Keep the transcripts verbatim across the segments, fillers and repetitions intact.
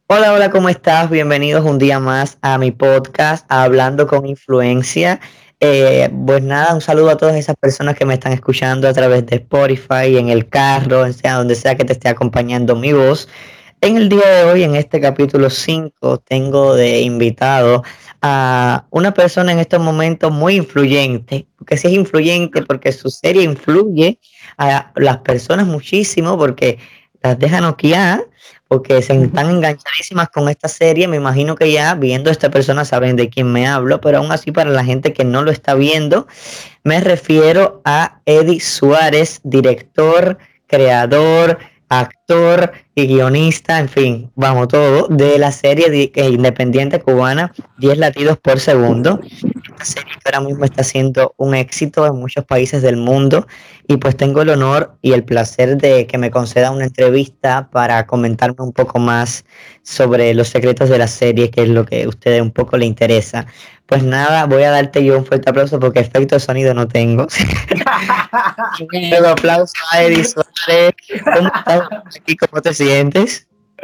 Hola, hola, ¿cómo estás? Bienvenidos un día más a mi podcast Hablando con Influencia. Eh, pues nada, un saludo a todas esas personas que me están escuchando a través de Spotify, en el carro, en sea donde sea que te esté acompañando mi voz. En el día de hoy, en este capítulo cinco, tengo de invitado a una persona en estos momentos muy influyente, porque sí es influyente, porque su serie influye a las personas muchísimo, porque las deja noquear porque se están enganchadísimas con esta serie. Me imagino que ya viendo a esta persona saben de quién me hablo, pero aún así para la gente que no lo está viendo, me refiero a Eddie Suárez, director, creador, actor y guionista, en fin, vamos todo, de la serie de, eh, independiente cubana diez latidos por segundo. Esta serie que ahora mismo está siendo un éxito en muchos países del mundo y pues tengo el honor y el placer de que me conceda una entrevista para comentarme un poco más sobre los secretos de la serie, que es lo que a ustedes un poco le interesa. Pues nada, voy a darte yo un fuerte aplauso porque efecto de sonido no tengo. Un nuevo aplauso a Eddie Suárez. ¿Cómo estás aquí? ¿Cómo te sientes?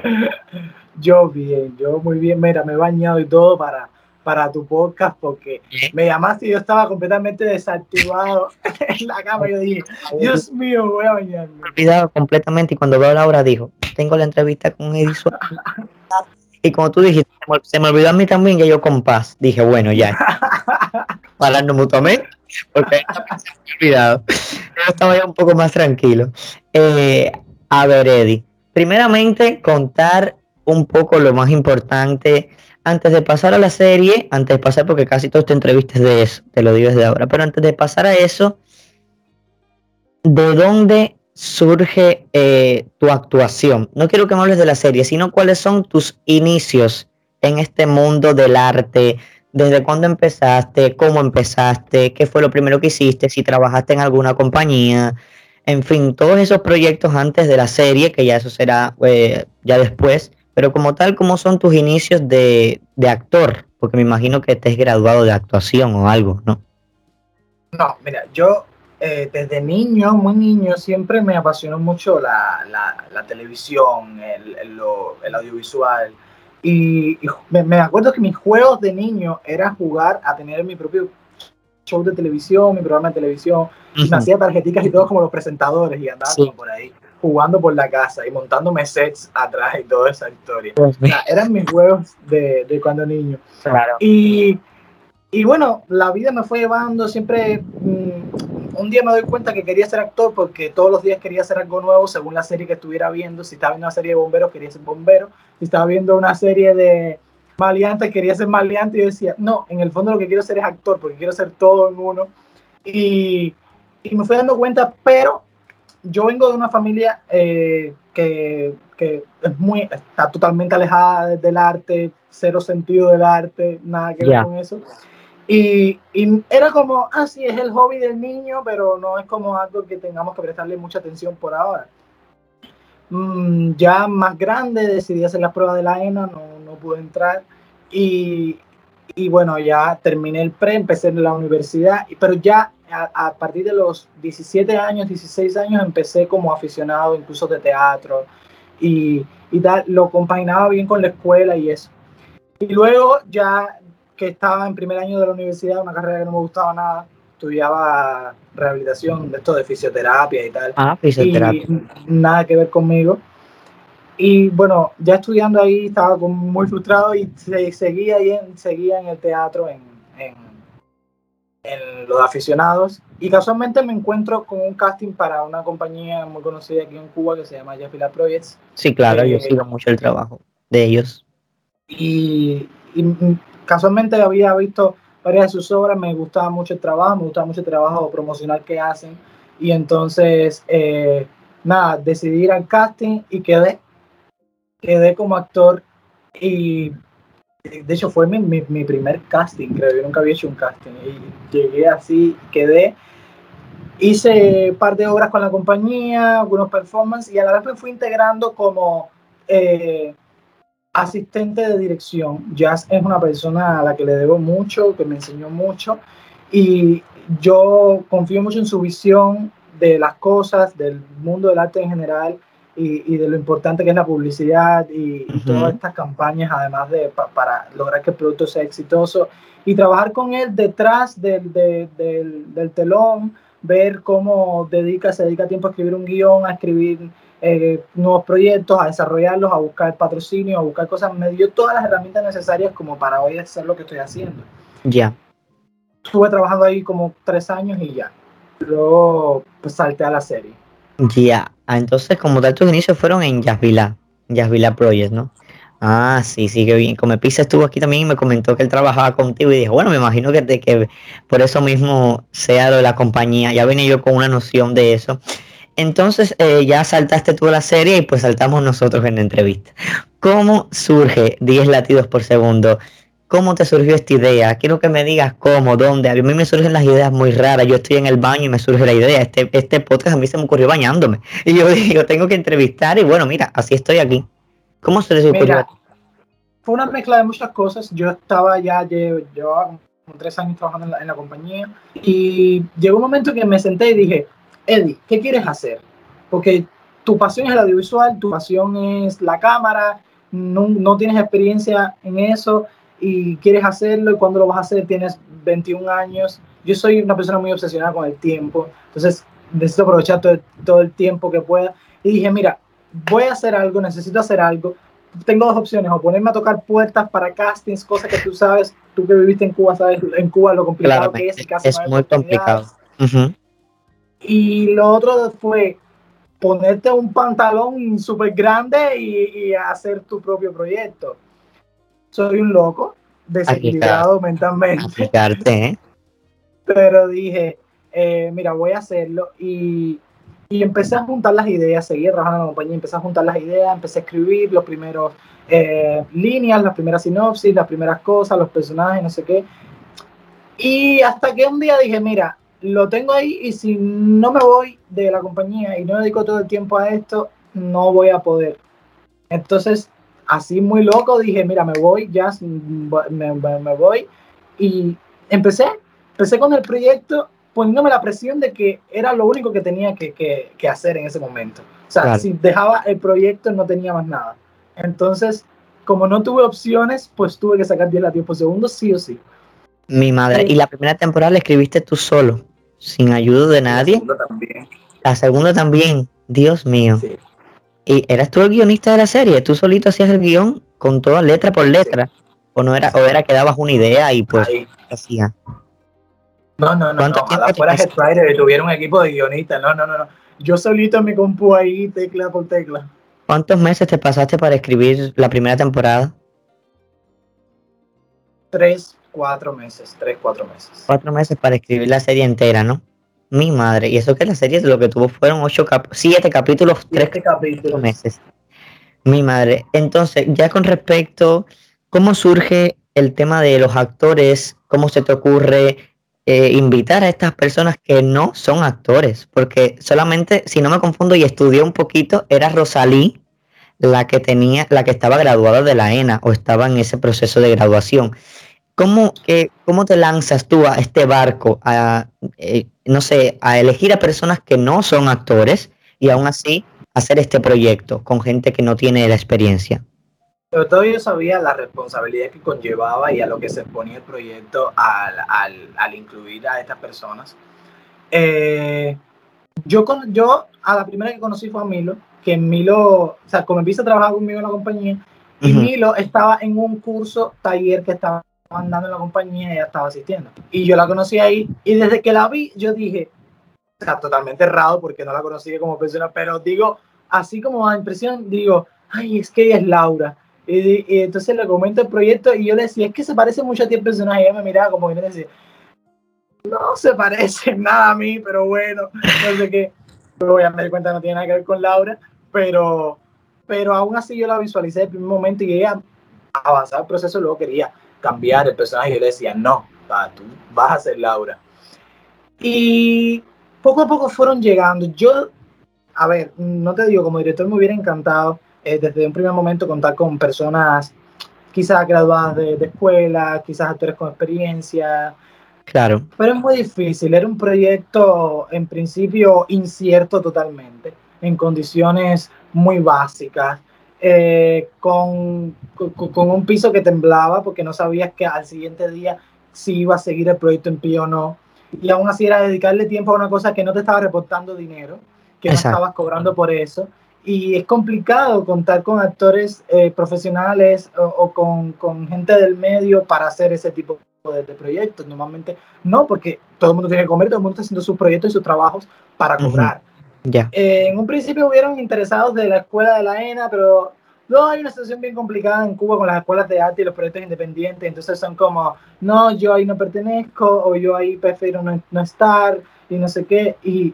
Yo bien, yo muy bien. Mira, me he bañado y todo para, para tu podcast porque Bien. me llamaste y yo estaba completamente desactivado en la cama. Yo dije, Me Dios mío, voy a he bañarme. olvidado completamente y cuando veo la hora dijo, tengo la entrevista con Eddie Suárez. Y como tú dijiste, se me, se me olvidó a mí también que yo con paz. Dije, bueno, ya, hablando mutuamente, porque ahí también se me había olvidado. Yo estaba ya un poco más tranquilo. Eh, a ver, Eddie, primeramente contar un poco lo más importante antes de pasar a la serie, antes de pasar, porque casi toda esta entrevista es de eso, te lo digo desde ahora, pero antes de pasar a eso, ¿de dónde surge eh, tu actuación? No quiero que me hables de la serie, sino cuáles son tus inicios en este mundo del arte. ¿Desde cuándo empezaste? ¿Cómo empezaste? ¿Qué fue lo primero que hiciste? Si trabajaste en alguna compañía. En fin, todos esos proyectos antes de la serie, que ya eso será eh, ya después. Pero como tal, ¿cómo son tus inicios de, de actor? Porque me imagino que estés graduado de actuación o algo, ¿no? No, mira, yo eh, desde niño, muy niño, siempre me apasionó mucho la, la, la televisión, el, el, lo, el audiovisual. Y, y me, me, acuerdo que mis juegos de niño era jugar a tener mi propio show de televisión, mi programa de televisión, y me Ujú. hacía tarjeticas y todo como los presentadores y andaba Sí, como por ahí jugando por la casa y montándome sets atrás y toda esa historia. pues, O sea, eran mis juegos de, de cuando niño. claro. Y y bueno, la vida me fue llevando siempre. Mmm, un día me doy cuenta que quería ser actor porque todos los días quería hacer algo nuevo según la serie que estuviera viendo. Si estaba viendo una serie de bomberos, quería ser bombero. Si estaba viendo una serie de maleantes, quería ser maleante. Y yo decía, no, en el fondo lo que quiero ser es actor porque quiero ser todo en uno. Y, y me fui dando cuenta, pero yo vengo de una familia eh, que, que es muy, está totalmente alejada del arte, cero sentido del arte, nada que ver Ya. con eso. Y, y era como, ah, sí, es el hobby del niño, pero no es como algo que tengamos que prestarle mucha atención por ahora. Mm, ya más grande decidí hacer las pruebas de la E N A, no, no pude entrar. Y, y bueno, ya terminé el pre, empecé en la universidad, pero ya a, a partir de los diecisiete años, dieciséis años, empecé como aficionado incluso de teatro y, y tal, lo compaginaba bien con la escuela y eso. Y luego, ya que estaba en primer año de la universidad, una carrera que no me gustaba nada, estudiaba rehabilitación, de esto de fisioterapia y tal, Ah, y fisioterapia. nada que ver conmigo. Y bueno, ya estudiando ahí estaba muy frustrado y seguía, ahí en, seguía en el teatro, en, en, en los aficionados. Y casualmente me encuentro con un casting para una compañía muy conocida aquí en Cuba que se llama Jafila Projects. Sí, claro, yo Eh, sigo mucho el trabajo de ellos. y, y casualmente había visto varias de sus obras, me gustaba mucho el trabajo, me gustaba mucho el trabajo promocional que hacen. Y entonces, eh, nada, decidí ir al casting y quedé, quedé como actor. Y de hecho fue mi, mi, mi primer casting, creo. Yo nunca había hecho un casting. Y llegué así, quedé. Hice un par de obras con la compañía, algunos performances, y a la vez me fui integrando como eh, asistente de dirección. Jazz es una persona a la que le debo mucho, que me enseñó mucho, y yo confío mucho en su visión de las cosas, del mundo del arte en general, y, y de lo importante que es la publicidad y, y Uh-huh. todas estas campañas, además de pa, para lograr que el producto sea exitoso, y trabajar con él detrás del, de, del, del telón, ver cómo dedica, se dedica tiempo a escribir un guión, a escribir eh, nuevos proyectos, a desarrollarlos, a buscar patrocinio, a buscar cosas. Me dio todas las herramientas necesarias como para hoy hacer lo que estoy haciendo. Ya. Yeah. Estuve trabajando ahí como tres años y ya. Luego pues, salté a la serie. Ya, yeah. Ah, entonces como tal tus inicios fueron en Yasvila, Yasvila Project, ¿no? Ah, sí, sí, que bien. Como Pisa estuvo aquí también y me comentó que él trabajaba contigo y dijo, bueno, me imagino que, te, que por eso mismo sea lo de la compañía. Ya venía yo con una noción de eso. Entonces eh, ya saltaste tú la serie y pues saltamos nosotros en la entrevista. ¿Cómo surge diez latidos por segundo? ¿Cómo te surgió esta idea? Quiero que me digas cómo, dónde. A mí me surgen las ideas muy raras. Yo estoy en el baño y me surge la idea. Este, este podcast a mí se me ocurrió bañándome. Y yo digo, tengo que entrevistar y bueno, mira, así estoy aquí. ¿Cómo se les ocurrió? Mira, fue una mezcla de muchas cosas. Yo estaba ya, llevaba como tres años trabajando en la, en la compañía y llegó un momento que me senté y dije, Eddie, ¿qué quieres hacer? Porque tu pasión es el audiovisual, tu pasión es la cámara, no, no tienes experiencia en eso y quieres hacerlo, y cuando lo vas a hacer tienes veintiún años. Yo soy una persona muy obsesionada con el tiempo, entonces necesito aprovechar todo el, todo el tiempo que pueda. Y dije, mira, voy a hacer algo, necesito hacer algo. Tengo dos opciones, o ponerme a tocar puertas para castings, cosas que tú sabes, tú que viviste en Cuba, sabes en Cuba lo complicado que es y casi es no hay muy complicado. oportunidades. Uh-huh. Y lo otro fue ponerte un pantalón súper grande y, y hacer tu propio proyecto. Soy un loco, desequilibrado mentalmente. Aplicarte, ¿eh? Pero dije, eh, mira, voy a hacerlo y, y empecé a juntar las ideas, seguí trabajando en la compañía, empecé a juntar las ideas, empecé a escribir los primeros eh, líneas, las primeras sinopsis, las primeras cosas, los personajes, no sé qué. Y hasta que un día dije, mira, lo tengo ahí y si no me voy de la compañía y no dedico todo el tiempo a esto, no voy a poder. Entonces, así muy loco, dije, mira, me voy, ya me, me, me voy. Y empecé, empecé con el proyecto poniéndome la presión de que era lo único que tenía que, que, que hacer en ese momento. O sea, claro. Si dejaba el proyecto no tenía más nada. Entonces, como no tuve opciones, pues tuve que sacar diez latidos por segundo, sí o sí. Mi madre. Sí. Y la primera temporada la escribiste tú solo, sin ayuda de nadie. La segunda también. La segunda también, Dios mío. Sí. ¿Y eras tú el guionista de la serie? ¿Tú solito hacías el guión con toda letra por letra? Sí. ¿O no era, o era que dabas una idea y pues hacía? No, no, no, no. Ojalá fuera Headwriter y tuviera un equipo de guionistas. No, no, no, no. Yo solito en mi compu ahí, tecla por tecla. ¿Cuántos meses te pasaste para escribir la primera temporada? Tres, cuatro meses. Tres, cuatro meses. Cuatro meses para escribir la serie entera, ¿no? Mi madre. Y eso que la serie lo que tuvo fueron ocho cap siete capítulos, siete tres capítulos. meses. Mi madre. Entonces, ya con respecto, ¿cómo surge el tema de los actores? ¿Cómo se te ocurre eh, invitar a estas personas que no son actores? Porque solamente, si no me confundo y estudié un poquito, era Rosalí la que tenía, la que estaba graduada de la ENA o estaba en ese proceso de graduación. ¿Cómo, que, cómo te lanzas tú a este barco a, eh, no sé, a elegir a personas que no son actores y aún así hacer este proyecto con gente que no tiene la experiencia? Sobre todo yo sabía la responsabilidad que conllevaba y a lo que se ponía el proyecto al, al, al incluir a estas personas. Eh, yo, con, yo a la primera que conocí fue a Milo, que Milo, o sea, como empieza a trabajar conmigo en la compañía, y uh-huh. Milo estaba en un curso, taller que estaba andando en la compañía y ella estaba asistiendo. Y yo la conocí ahí, y desde que la vi, yo dije, o sea, totalmente errado porque no la conocí como persona, pero digo, así como a impresión, digo, ay, es que ella es Laura. Y, y entonces le comento el proyecto y yo le decía, es que se parece mucho a ti el personaje. Y ella me miraba como que me decía, no se parece nada a mí, pero bueno, no sé qué. Luego ya me di cuenta que no tiene nada que ver con Laura, pero, pero aún así yo la visualicé el primer momento y ella avanzaba el proceso, luego quería cambiar el personaje y yo le decía, no, va, tú vas a ser Laura. Y poco a poco fueron llegando. Yo, a ver, no te digo, como director me hubiera encantado eh, desde un primer momento contar con personas quizás graduadas de, de escuela, quizás actores con experiencia. Claro. Pero es muy difícil, era un proyecto en principio incierto totalmente, en condiciones muy básicas, eh, con, con, con un piso que temblaba porque no sabías que al siguiente día si iba a seguir el proyecto en pie o no. Y aún así era dedicarle tiempo a una cosa que no te estaba reportando dinero, que no Exacto. estabas cobrando por eso. Y es complicado contar con actores eh, profesionales o, o con, con gente del medio para hacer ese tipo de, de proyectos. Normalmente no, porque todo el mundo tiene que comer, todo el mundo está haciendo sus proyectos y sus trabajos para cobrar. Uh-huh. Yeah. Eh, en un principio hubieron interesados de la escuela de la E N A, pero no, hay una situación bien complicada en Cuba con las escuelas de arte y los proyectos independientes, entonces son como, no, yo ahí no pertenezco, o yo ahí prefiero no, no estar, y no sé qué, y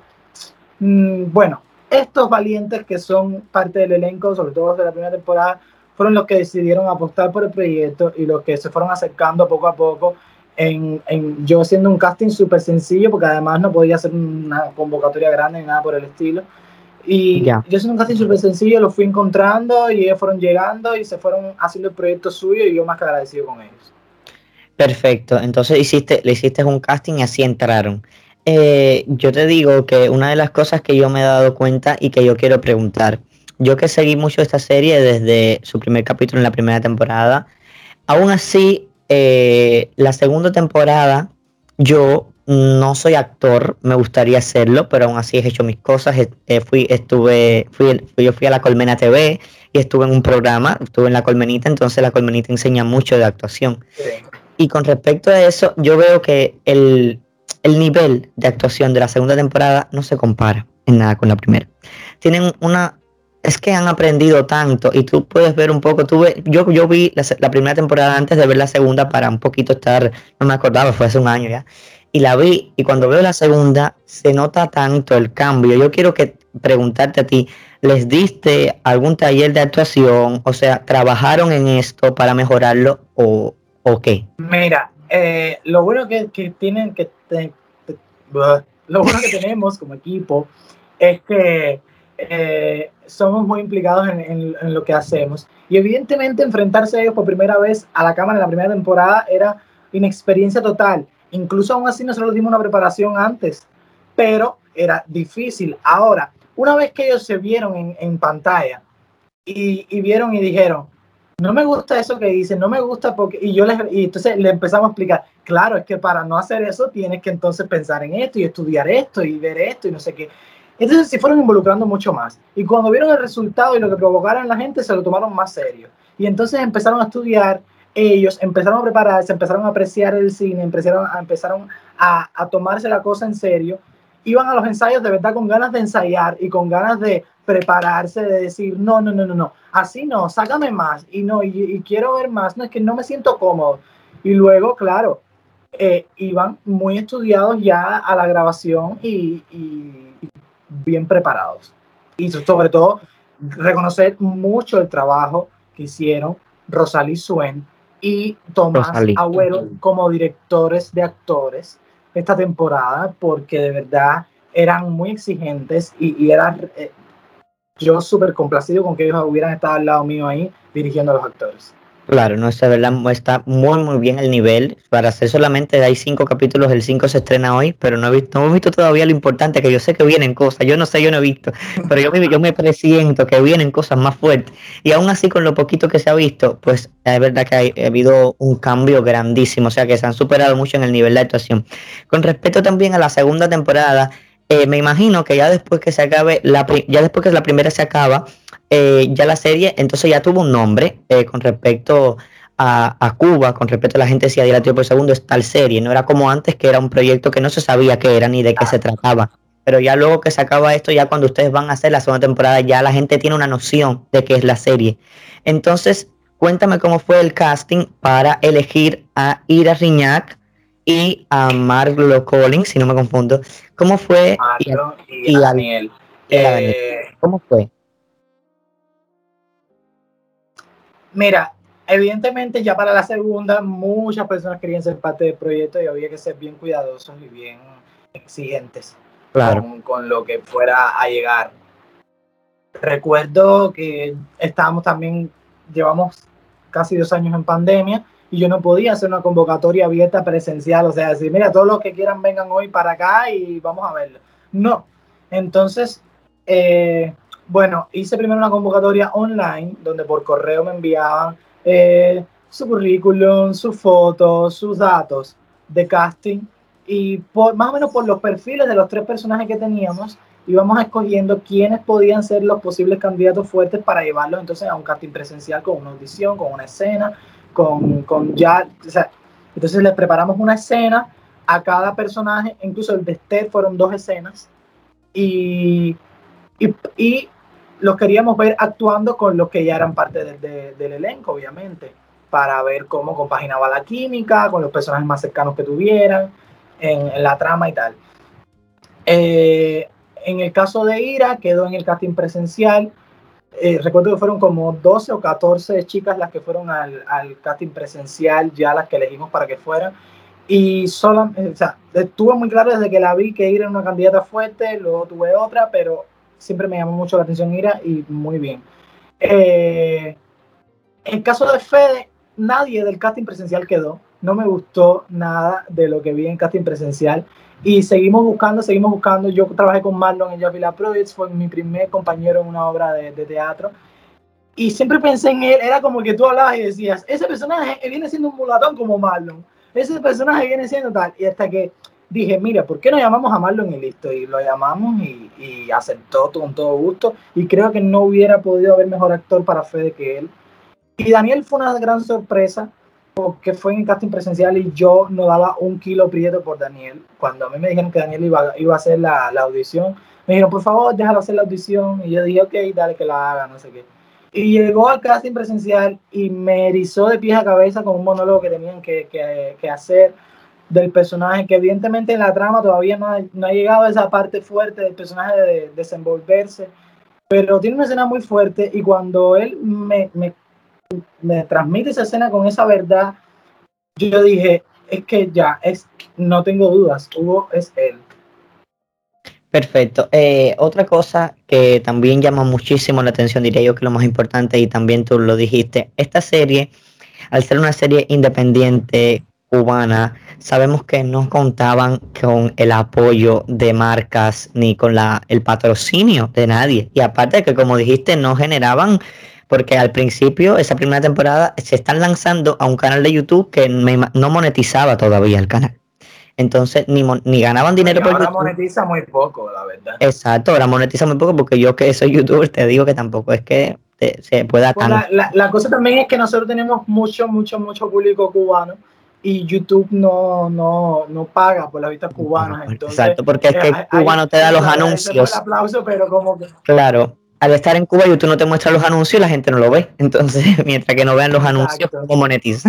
mmm, bueno, estos valientes que son parte del elenco, sobre todo de la primera temporada, fueron los que decidieron apostar por el proyecto y los que se fueron acercando poco a poco. En, en yo haciendo un casting súper sencillo, porque además no podía hacer una convocatoria grande ni nada por el estilo. Y Yeah. yo haciendo un casting súper sencillo, los fui encontrando y ellos fueron llegando y se fueron haciendo el proyecto suyo y yo más que agradecido con ellos. Perfecto, entonces hiciste, le hiciste un casting y así entraron. Eh, yo te digo que una de las cosas que yo me he dado cuenta y que yo quiero preguntar, yo que seguí mucho esta serie desde su primer capítulo en la primera temporada, aún así, eh, la segunda temporada, yo no soy actor, me gustaría hacerlo, pero aún así he hecho mis cosas. Eh, fui, estuve, fui, fui, yo fui a la Colmena T V y estuve en un programa, estuve en la Colmenita, entonces la Colmenita enseña mucho de actuación. Sí. Y con respecto a eso, yo veo que el, el nivel de actuación de la segunda temporada no se compara en nada con la primera. Tienen una... Es que han aprendido tanto y tú puedes ver un poco, tú ves, yo, yo vi la, la primera temporada antes de ver la segunda para un poquito estar, no me acordaba, fue hace un año ya, y la vi y cuando veo la segunda se nota tanto el cambio. Yo quiero que preguntarte a ti, ¿les diste algún taller de actuación? O sea, ¿trabajaron en esto para mejorarlo o, o qué? Mira, eh, lo bueno que, que tienen que te, te, lo bueno que tenemos como equipo es que eh, somos muy implicados en, en, en lo que hacemos y evidentemente enfrentarse a ellos por primera vez a la cámara en la primera temporada era inexperiencia total. Incluso aún así nosotros dimos una preparación antes, pero era difícil. Ahora, una vez que ellos se vieron en, en pantalla y, y vieron y dijeron, no me gusta eso que dicen, no me gusta porque, y yo les, y entonces le empezamos a explicar, claro, es que para no hacer eso tienes que entonces pensar en esto y estudiar esto y ver esto y no sé qué. Entonces se fueron involucrando mucho más. Y cuando vieron el resultado y lo que provocaron la gente, se lo tomaron más serio. Y entonces empezaron a estudiar, ellos empezaron a prepararse, empezaron a apreciar el cine, empezaron a, empezaron a, a tomarse la cosa en serio. Iban a los ensayos de verdad con ganas de ensayar y con ganas de prepararse, de decir, no, no, no, no, no, así no, sácame más, y no, y, y quiero ver más, no, es que no me siento cómodo. Y luego, claro, eh, iban muy estudiados ya a la grabación y, y bien preparados. Y sobre todo, reconocer mucho el trabajo que hicieron Rosalí Suen y Tomás Rosalí. Agüero como directores de actores esta temporada, porque de verdad eran muy exigentes y, y era eh, yo súper complacido con que ellos hubieran estado al lado mío ahí dirigiendo a los actores. Claro, no está, ¿verdad? Está muy, muy bien el nivel. Para hacer solamente hay cinco capítulos, el cinco se estrena hoy, pero no he visto, no he visto todavía lo importante, que yo sé que vienen cosas. Yo no sé, yo no he visto, pero yo me, yo me presiento que vienen cosas más fuertes. Y aún así, con lo poquito que se ha visto, pues es verdad que hay, ha habido un cambio grandísimo, o sea que se han superado mucho en el nivel de actuación. Con respecto también a la segunda temporada, eh, me imagino que ya después que se acabe, la, ya después que la primera se acaba, eh, ya la serie entonces ya tuvo un nombre eh, con respecto a, a, Cuba, con respecto a la gente decía Dilátio por segundo, es tal serie, no era como antes que era un proyecto que no se sabía qué era ni de qué se trataba, pero ya luego que se acaba esto, ya cuando ustedes van a hacer la segunda temporada, ya la gente tiene una noción de qué es la serie. Entonces, cuéntame cómo fue el casting para elegir a Ira Riñac y a Marlo Collins, si no me confundo. ¿Cómo fue? Y a, Marlon y y a a, Daniel. y a Daniel. Eh, ¿Cómo fue? Mira, evidentemente ya para la segunda muchas personas querían ser parte del proyecto y había que ser bien cuidadosos y bien exigentes Claro. con, con lo que fuera a llegar. Recuerdo que estábamos también, llevamos casi dos años en pandemia y yo no podía hacer una convocatoria abierta presencial, o sea, decir, mira, todos los que quieran vengan hoy para acá y vamos a verlo. No. Entonces, eh, Bueno, hice primero una convocatoria online donde por correo me enviaban eh, su currículum, sus fotos, sus datos de casting y por, más o menos por los perfiles de los tres personajes que teníamos íbamos escogiendo quiénes podían ser los posibles candidatos fuertes para llevarlos entonces a un casting presencial con una audición, con una escena, con, con ya, o sea, entonces les preparamos una escena a cada personaje, incluso el de Esther fueron dos escenas y y, y los queríamos ver actuando con los que ya eran parte de, de, del elenco, obviamente, para ver cómo compaginaba la química con los personajes más cercanos que tuvieran en, en la trama y tal. Eh, en el caso de Ira, quedó en el casting presencial. Eh, recuerdo que fueron como doce o catorce chicas las que fueron al, al casting presencial, ya las que elegimos para que fueran. Y solo, o sea, estuve muy claro desde que la vi que Ira era una candidata fuerte, luego tuve otra, pero siempre me llamó mucho la atención Ira y muy bien. Eh, en el caso de Fede, nadie del casting presencial quedó. No me gustó nada de lo que vi en casting presencial. Y seguimos buscando, seguimos buscando. Yo trabajé con Marlon en Just Villa Projects, fue mi primer compañero en una obra de, de teatro. Y siempre pensé en él, era como que tú hablabas y decías, ese personaje viene siendo un mulatón como Marlon, ese personaje viene siendo tal, y hasta que dije, mira, ¿por qué no llamamos a Marlon y listo? Y lo llamamos y, y aceptó con todo gusto, y creo que no hubiera podido haber mejor actor para Fede que él. Y Daniel fue una gran sorpresa, porque fue en el casting presencial y yo no daba un kilo prieto por Daniel. Cuando a mí me dijeron que Daniel iba, iba a hacer la, la audición, me dijeron, por favor, déjalo hacer la audición, y yo dije, ok, dale que la haga, no sé qué. Y llegó al casting presencial y me erizó de pies a cabeza con un monólogo que tenían que, que, que hacer del personaje, que evidentemente en la trama todavía no ha, no ha llegado a esa parte fuerte del personaje de desenvolverse, pero tiene una escena muy fuerte y cuando él me, me, me transmite esa escena con esa verdad, yo dije, es que ya, es, no tengo dudas, Hugo es él. Perfecto. Eh, otra cosa que también llama muchísimo la atención, diría yo que lo más importante, y también tú lo dijiste, esta serie, al ser una serie independiente cubana, sabemos que no contaban con el apoyo de marcas ni con la, el patrocinio de nadie. Y aparte de que, como dijiste, no generaban, porque al principio, esa primera temporada, se están lanzando a un canal de YouTube que me, no monetizaba todavía el canal. Entonces, ni, ni ganaban No, y dinero por ahora YouTube. monetiza muy poco, la verdad. Exacto, ahora monetiza muy poco porque yo que soy youtuber te digo que tampoco es que te, se pueda Pues tan... la, la, la, cosa también es que nosotros tenemos mucho, mucho, mucho público cubano y YouTube no, no, no paga por las vistas cubanas. Entonces, Exacto, porque es eh, que Cuba hay, no te da los claro, agradecemos el anuncios. aplauso, pero como que... Claro, al estar en Cuba YouTube no te muestra los anuncios y la gente no lo ve. Entonces, mientras que no vean los anuncios, Exacto, ¿cómo monetiza?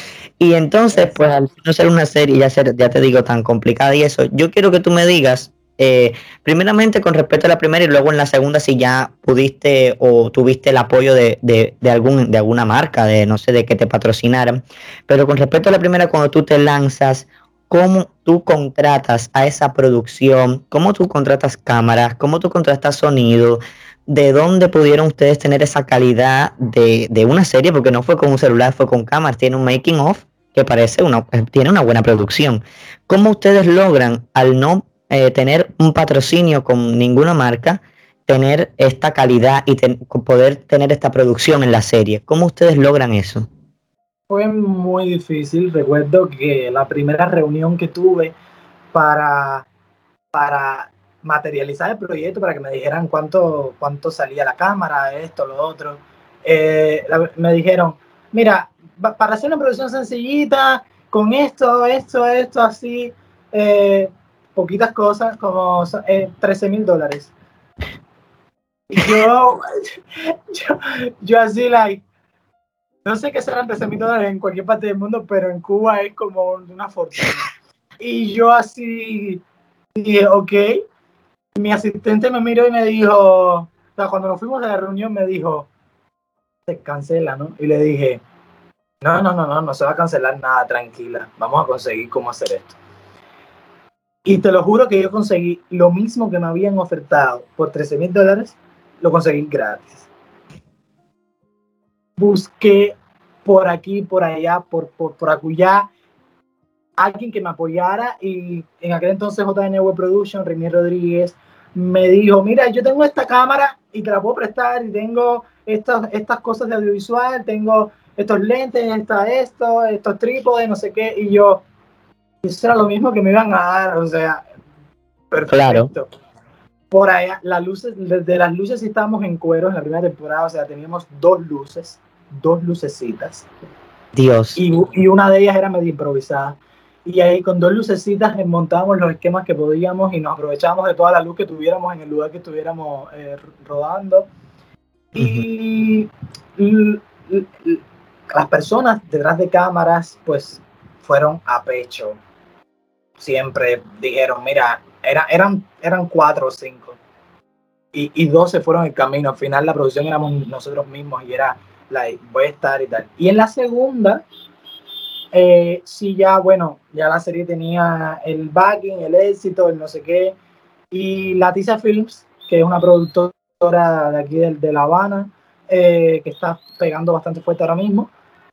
Y entonces, pues al exacto. no ser una serie, ya, ser, ya te digo, tan complicada y eso, yo quiero que tú me digas, eh, primeramente con respecto a la primera y luego en la segunda, si ya pudiste o tuviste el apoyo de, de, de, algún, de alguna marca, de no sé, de que te patrocinaran. Pero con respecto a la primera, cuando tú te lanzas, ¿cómo tú contratas a esa producción? ¿Cómo tú contratas cámaras? ¿Cómo tú contratas sonido? ¿De dónde pudieron ustedes tener esa calidad de, de una serie? Porque no fue con un celular, fue con cámaras, tiene un making of que parece una, tiene una buena producción. ¿Cómo ustedes logran, al no eh, tener un patrocinio con ninguna marca, tener esta calidad y ten, poder tener esta producción en la serie? ¿Cómo ustedes logran eso? Fue muy difícil. Recuerdo que la primera reunión que tuve para, para materializar el proyecto, para que me dijeran cuánto, cuánto salía la cámara, esto, lo otro, eh, la, me dijeron, mira, para hacer una producción sencillita, con esto, esto, esto, así, eh, poquitas cosas, como eh, trece mil dólares. Yo, yo, yo así, like, no sé qué serán trece mil dólares en cualquier parte del mundo, pero en Cuba es como una fortuna. Y yo así dije, ok. Mi asistente me miró y me dijo, o sea, cuando nos fuimos de la reunión me dijo, se cancela, ¿no? Y le dije, no, no, no, no, no se va a cancelar nada, tranquila, vamos a conseguir cómo hacer esto. Y te lo juro que yo conseguí lo mismo que me habían ofertado por trece mil dólares, lo conseguí gratis. Busqué por aquí, por allá, por, por, por acullá, alguien que me apoyara y en aquel entonces J N Web Production, Remy Rodríguez, me dijo, mira, yo tengo esta cámara y te la puedo prestar y tengo estas, estas cosas de audiovisual, tengo estos lentes, está esto, estos trípodes, no sé qué, y yo, eso era lo mismo que me iban a dar, o sea, Claro. perfecto. Por allá, las luces, desde las luces sí estábamos en cueros en la primera temporada, o sea, teníamos dos luces, dos lucecitas. Dios. Y, y una de ellas era medio improvisada. Y ahí con dos lucecitas montábamos los esquemas que podíamos y nos aprovechábamos de toda la luz que tuviéramos en el lugar que estuviéramos eh, rodando. Y uh-huh. Las personas detrás de cámaras pues fueron a pecho. Siempre dijeron, mira, era, eran, eran cuatro o cinco. Y, y dos se fueron el camino. Al final la producción éramos nosotros mismos y era, like, voy a estar y tal. Y en la segunda... Eh, sí, ya, bueno, ya la serie tenía el backing, el éxito, el no sé qué, y Latiza Films, que es una productora de aquí de, de La Habana, eh, que está pegando bastante fuerte ahora mismo,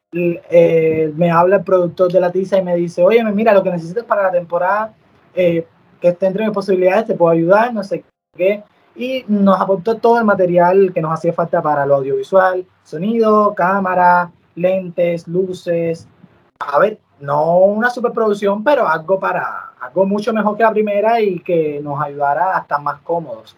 eh, me habla el productor de Latiza y me dice, oye, mira, lo que necesitas para la temporada, eh, que esté entre mis posibilidades, te puedo ayudar, no sé qué, y nos aportó todo el material que nos hacía falta para lo audiovisual, sonido, cámara, lentes, luces. A ver, no una superproducción, pero algo para algo mucho mejor que la primera y que nos ayudara a estar más cómodos.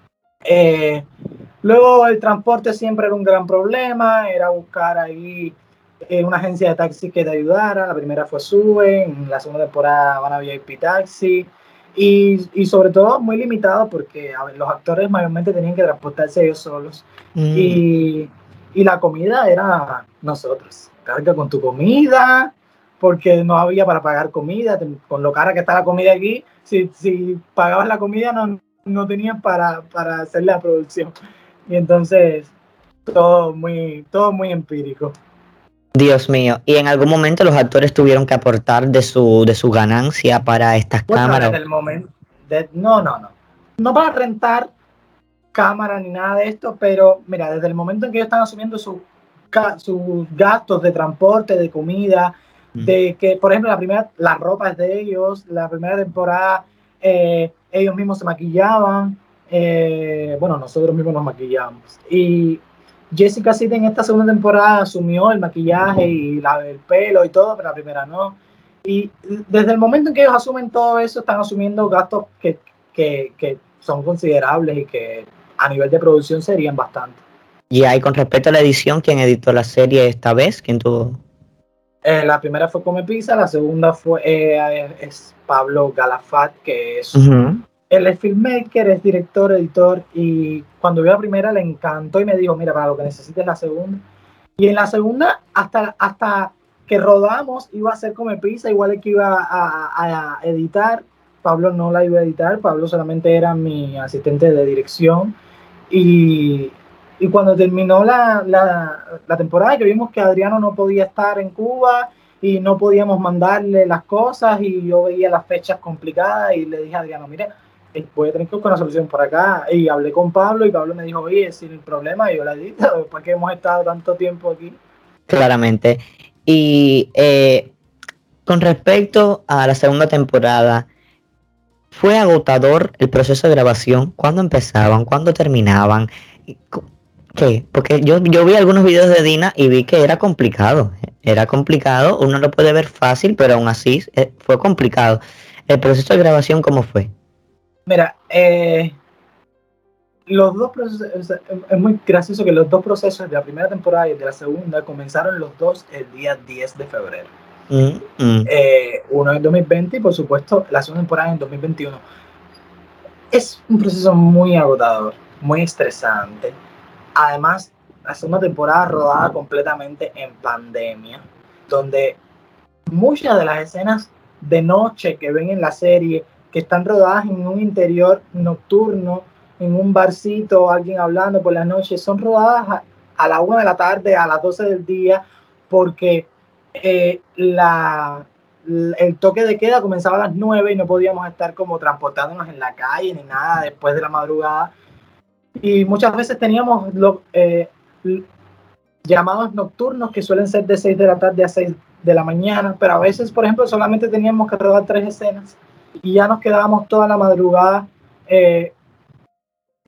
Eh, luego el transporte siempre era un gran problema, era buscar ahí eh, una agencia de taxi que te ayudara. La primera fue Sube, en la segunda temporada van a V I P Taxi y, y sobre todo muy limitado porque a ver, los actores mayormente tenían que transportarse ellos solos mm. y, y la comida era nosotros. Carga con tu comida, porque no había para pagar comida, con lo cara que está la comida aquí, si, si pagabas la comida no, no tenían para, para hacer la producción. Y entonces, todo muy, todo muy empírico. Dios mío, ¿y en algún momento los actores tuvieron que aportar de su, de su ganancia para estas bueno, cámaras? Desde el momento, de, no, no, no, no para rentar cámara ni nada de esto, pero mira, desde el momento en que ellos están asumiendo su, sus gastos de transporte, de comida, mm. de que, por ejemplo, la primera, la ropa es de ellos, la primera temporada eh, ellos mismos se maquillaban, eh, bueno, nosotros mismos nos maquillamos. Y Jessica City en esta segunda temporada asumió el maquillaje y la, el pelo y todo, pero la primera no. Y desde el momento en que ellos asumen todo eso, están asumiendo gastos que, que, que son considerables y que a nivel de producción serían bastante. Y ahí con respecto a la edición, ¿quién editó la serie esta vez? ¿Quién tuvo? Eh, la primera fue Come Pizza, la segunda fue eh, es Pablo Galafat, que es uh-huh. él es filmmaker, es director, editor, y cuando vio la primera le encantó y me dijo, mira, para lo que necesites la segunda. Y en la segunda, hasta, hasta que rodamos, iba a ser Come Pizza, igual que iba a, a, a editar. Pablo no la iba a editar, Pablo solamente era mi asistente de dirección. Y, y cuando terminó la, la, la temporada, que vimos que Adriano no podía estar en Cuba y no podíamos mandarle las cosas y yo veía las fechas complicadas y le dije a Adriano, mire, voy a tener que buscar una solución por acá. Y hablé con Pablo y Pablo me dijo, oye, sin problema, yo la edito, después que hemos estado tanto tiempo aquí. Claramente. Y eh, con respecto a la segunda temporada, ¿fue agotador el proceso de grabación? ¿Cuándo empezaban? ¿Cuándo terminaban? ¿Qué? Porque yo, yo vi algunos videos de Dina y vi que era complicado. Era complicado, uno lo puede ver fácil, pero aún así eh, fue complicado. ¿El proceso de grabación cómo fue? Mira, eh, los dos procesos, es muy gracioso que los dos procesos de la primera temporada y de la segunda comenzaron los dos el día diez de febrero. Mm, mm. Eh, uno en dos mil veinte y por supuesto la segunda temporada en dos mil veintiuno. Es un proceso muy agotador, muy estresante. Además, la segunda temporada rodada completamente en pandemia, donde muchas de las escenas de noche que ven en la serie, que están rodadas en un interior nocturno, en un barcito, alguien hablando por la noche, son rodadas a, a la una de la tarde, a las doce del día, porque eh, la, el toque de queda comenzaba a las nueve y no podíamos estar como transportándonos en la calle ni nada después de la madrugada. Y muchas veces teníamos lo, eh, llamados nocturnos que suelen ser de seis de la tarde a seis de la mañana, pero a veces, por ejemplo, solamente teníamos que rodar tres escenas y ya nos quedábamos toda la madrugada eh,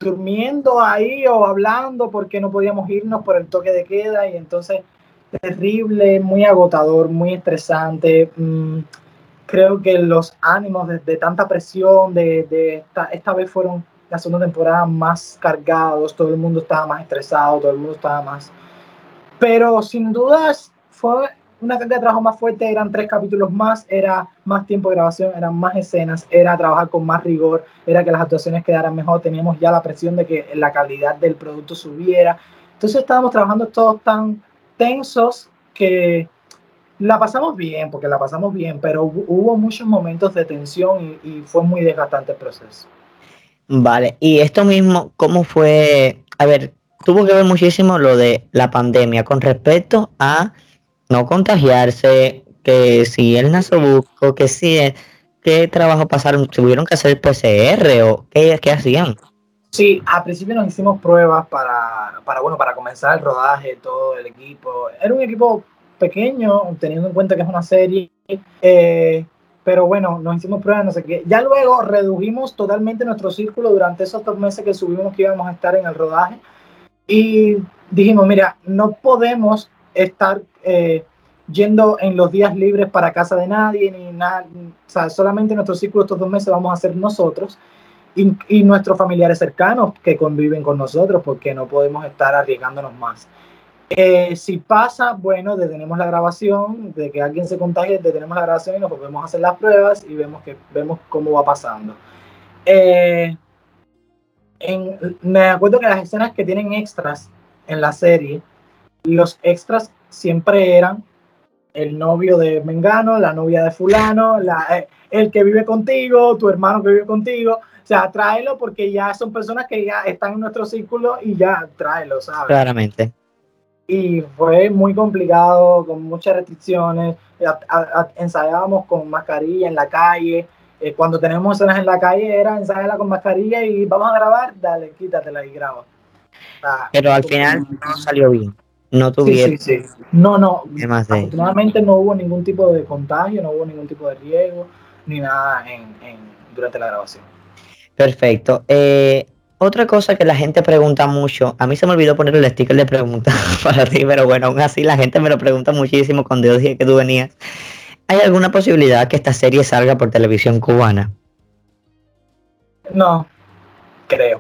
durmiendo ahí o hablando porque no podíamos irnos por el toque de queda, y entonces terrible, muy agotador, muy estresante. Mm, creo que los ánimos de, de tanta presión de, de esta, esta vez fueron la segunda temporada más cargados, todo el mundo estaba más estresado, todo el mundo estaba más... Pero sin dudas fue una carga de trabajo más fuerte, eran tres capítulos más, era más tiempo de grabación, eran más escenas, era trabajar con más rigor, era que las actuaciones quedaran mejor, teníamos ya la presión de que la calidad del producto subiera. Entonces estábamos trabajando todos tan tensos que la pasamos bien, porque la pasamos bien, pero hubo muchos momentos de tensión y, y fue muy desgastante el proceso. Vale, y esto mismo, ¿cómo fue? A ver, tuvo que ver muchísimo lo de la pandemia con respecto a no contagiarse, que si el nasobuco, que si el- qué trabajo pasaron, tuvieron que hacer P C R o qué, qué hacían. Sí, al principio nos hicimos pruebas para, para, bueno, para comenzar el rodaje, todo el equipo. Era un equipo pequeño, teniendo en cuenta que es una serie, eh, pero bueno, nos hicimos pruebas, no sé qué. Ya luego redujimos totalmente nuestro círculo durante esos dos meses que subimos que íbamos a estar en el rodaje, y dijimos, mira, no podemos estar eh, yendo en los días libres para casa de nadie, ni nada, o sea, solamente nuestro círculo estos dos meses vamos a hacer nosotros. Y, y nuestros familiares cercanos que conviven con nosotros, porque no podemos estar arriesgándonos más. Eh, si pasa, bueno, detenemos la grabación, de que alguien se contagie, detenemos la grabación y nos volvemos a hacer las pruebas y vemos, que, vemos cómo va pasando. Eh, en, me acuerdo que las escenas que tienen extras en la serie, los extras siempre eran el novio de Mengano, la novia de fulano, la, eh, el que vive contigo, tu hermano que vive contigo. O sea, tráelo porque ya son personas que ya están en nuestro círculo y ya tráelo, ¿sabes? Claramente. Y fue muy complicado, con muchas restricciones. A, a, a, ensayábamos con mascarilla en la calle. Eh, cuando tenemos escenas en la calle era ensayarla con mascarilla y vamos a grabar, dale, quítatela y graba. O sea, Pero al como... final todo salió bien. No Sí, tuvieron sí, sí. No, no, temas de... afortunadamente no hubo ningún tipo de contagio, no hubo ningún tipo de riesgo, ni nada en, en, durante la grabación. Perfecto. Eh, otra cosa que la gente pregunta mucho, a mí se me olvidó poner el sticker de pregunta para ti, pero bueno, aún así la gente me lo pregunta muchísimo cuando yo dije que tú venías. ¿Hay alguna posibilidad que esta serie salga por televisión cubana? No, creo.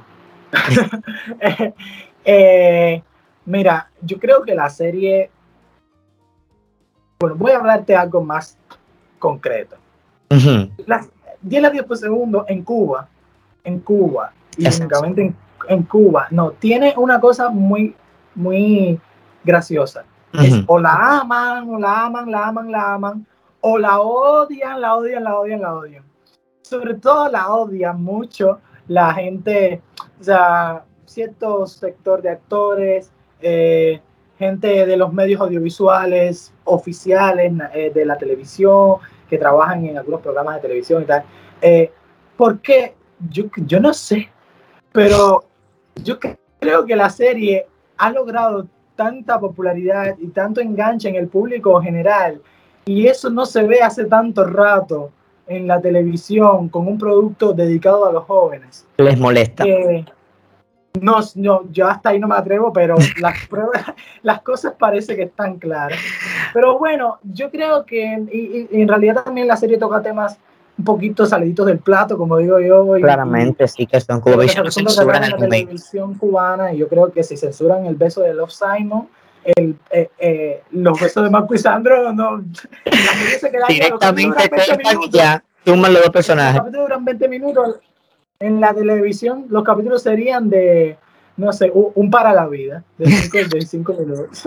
eh, eh, mira, yo creo que la serie, bueno, voy a hablarte algo más concreto. Uh-huh. Las diez a diez por segundo en Cuba, en Cuba, y Ya sé. únicamente en, en Cuba, no, tiene una cosa muy, muy graciosa. Es Uh-huh. o la aman, o la aman, la aman, la aman, o la odian, la odian, la odian, la odian. Sobre todo la odian mucho la gente, o sea, cierto sector de actores, eh, gente de los medios audiovisuales oficiales, eh, de la televisión, que trabajan en algunos programas de televisión y tal. Eh, porque yo, yo no sé, pero yo creo que la serie ha logrado tanta popularidad y tanto enganche en el público general, y eso no se ve hace tanto rato en la televisión con un producto dedicado a los jóvenes. Les molesta. Que no, no, yo hasta ahí no me atrevo, pero las pruebas, las cosas parece que están claras. Pero bueno, yo creo que y, y en realidad también la serie toca temas un poquito saliditos del plato, como digo yo, y, y Claramente sí que son de lo que se Cubovisión, no acostumbra sacar censuran en el la momento. televisión cubana, y yo creo que si censuran el beso de Love Simon, el, eh, eh, los besos de Marco y Sandro, no, la serie se quedaría, los capítulos Directamente duran veinte cortan y minutos, ya suman los dos los personajes. capítulos duran veinte minutos, en la televisión los capítulos serían de, no sé, un, un para la vida, de cinco minutos.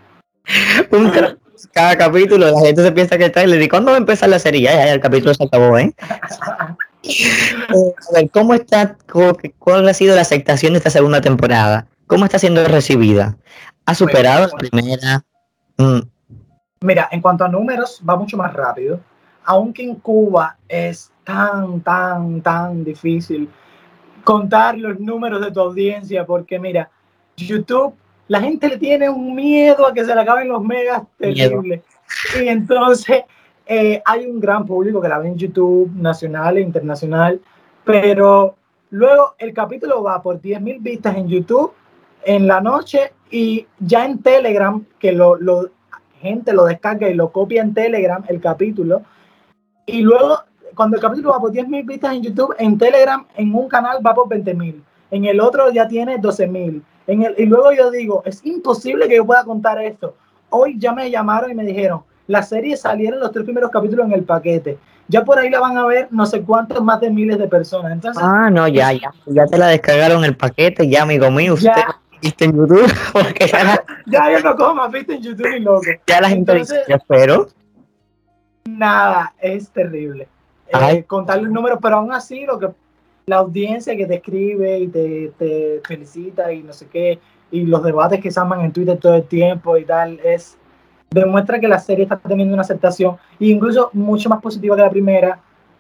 Un tra- Cada capítulo la gente se piensa que está y le digo, ¿cuándo va a empezar la serie? Ya, ya, ya, el capítulo se acabó, ¿eh? Eh, a ver, ¿cómo está, cómo- cuál ha sido la aceptación de esta segunda temporada? ¿Cómo está siendo recibida? ¿Ha Bueno, superado la primera? Mm, mira, en cuanto a números, va mucho más rápido, aunque en Cuba es tan, tan, tan difícil contar los números de tu audiencia, porque mira, YouTube, la gente le tiene un miedo a que se le acaben los megas miedo. terrible. Y entonces eh, hay un gran público que la ve en YouTube, nacional e internacional, pero Luego el capítulo va por diez mil vistas en YouTube en la noche y ya en Telegram, que lo, lo gente lo descarga y lo copia en Telegram el capítulo. Y luego, cuando el capítulo va por diez mil vistas en YouTube, en Telegram, en un canal va por veinte mil. En el otro ya tiene doce mil. Y luego yo digo, es imposible que yo pueda contar esto. Hoy ya me llamaron y me dijeron, la serie salieron los tres primeros capítulos en el paquete. Ya por ahí la van a ver no sé cuántos más de miles de personas. Entonces, Ah, no, ya, ya, ya te la descargaron el paquete, ya, amigo mío, usted ya, viste en YouTube, porque ya la, ya yo no cojo más vista en YouTube ni loco. ya la gente dice, Entonces, yo espero. nada, es terrible. Ay, Eh, contar los números, pero aún así, lo que la audiencia que te escribe y te, te felicita y no sé qué, y los debates que se arman en Twitter todo el tiempo y tal, es demuestra que la serie está teniendo una aceptación, e incluso mucho más positiva que la primera.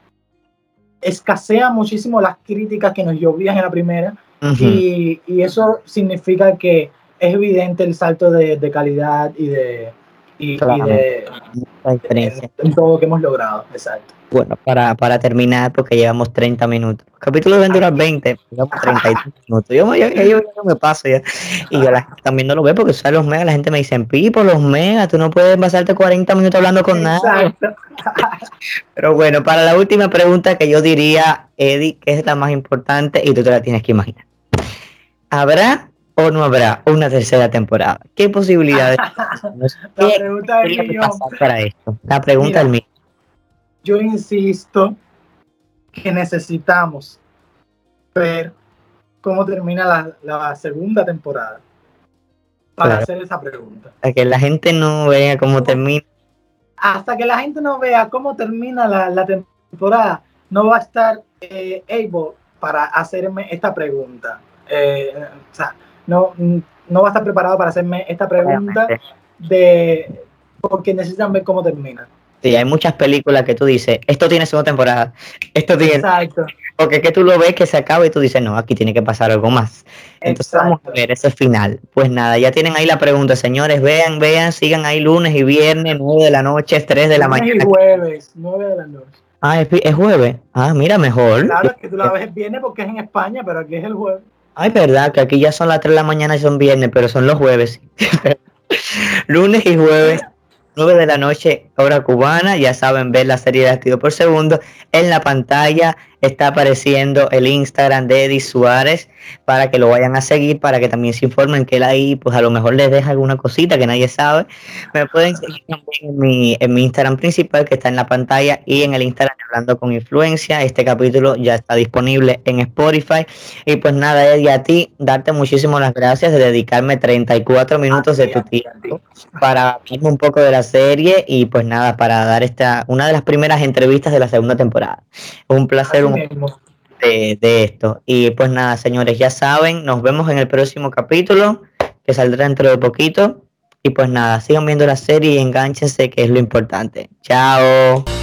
Escasea muchísimo las críticas que nos llovían en la primera, uh-huh. y, y eso significa que es evidente el salto de, de calidad y de, y, y de la diferencia. En, en todo lo que hemos logrado. Exacto. Bueno, para, para terminar, porque llevamos treinta minutos. El capítulo deben durar veinte, llevamos treinta y dos minutos. Yo, yo, yo, yo, yo me paso ya. Y yo la gente también no lo ve porque salen los megas. La gente me dice, Pipo, los megas, tú no puedes pasarte cuarenta minutos hablando con nadie. Pero bueno, para la última pregunta que yo diría, Eddie, que es la más importante y tú te la tienes que imaginar. ¿Habrá o no habrá una tercera temporada? ¿Qué posibilidades? La pregunta del millón. Para esto? La pregunta del millón. Yo insisto que necesitamos ver cómo termina la, la segunda temporada para claro. hacer esa pregunta. Para que la gente no vea cómo termina. Hasta que la gente no vea cómo termina la, la temporada, no va a estar eh, able para hacerme esta pregunta. Eh, o sea, no, no va a estar preparado para hacerme esta pregunta de porque necesitan ver cómo termina. Sí, hay muchas películas que tú dices, esto tiene segunda temporada, esto tiene... Exacto. Porque es que tú lo ves que se acaba y tú dices, no, aquí tiene que pasar algo más. Entonces Exacto. Vamos a ver ese final. Pues nada, ya tienen ahí la pregunta, señores, vean, vean, sigan ahí lunes y viernes, nueve de la noche, tres de la lunes mañana. Y jueves, nueve de la noche. Ah, ¿es, es jueves? Ah, mira, mejor. Claro, es que tú la ves el viernes porque es en España, pero aquí es el jueves. Ay, verdad, que aquí ya son las tres de la mañana y son viernes, pero son los jueves. Lunes y jueves. nueve de la noche, hora cubana, ya saben, ver la serie de Latido por Segundo. En la pantalla está apareciendo el Instagram de Eddie Suárez para que lo vayan a seguir, para que también se informen que él ahí, pues a lo mejor les deja alguna cosita que nadie sabe. Me pueden seguir también en mi, en mi Instagram principal que está en la pantalla y en el Instagram de Hablando con Influencia. Este capítulo ya está disponible en Spotify. Y pues nada, Eddie, a ti, darte muchísimas las gracias de dedicarme treinta y cuatro minutos de tu tiempo para hablarme un poco de la serie y pues nada, para dar esta una de las primeras entrevistas de la segunda temporada. Un placer un, de, de esto. Y pues nada, señores, ya saben, nos vemos en el próximo capítulo que saldrá dentro de poquito. Y pues nada, sigan viendo la serie y enganchense, que es lo importante. Chao.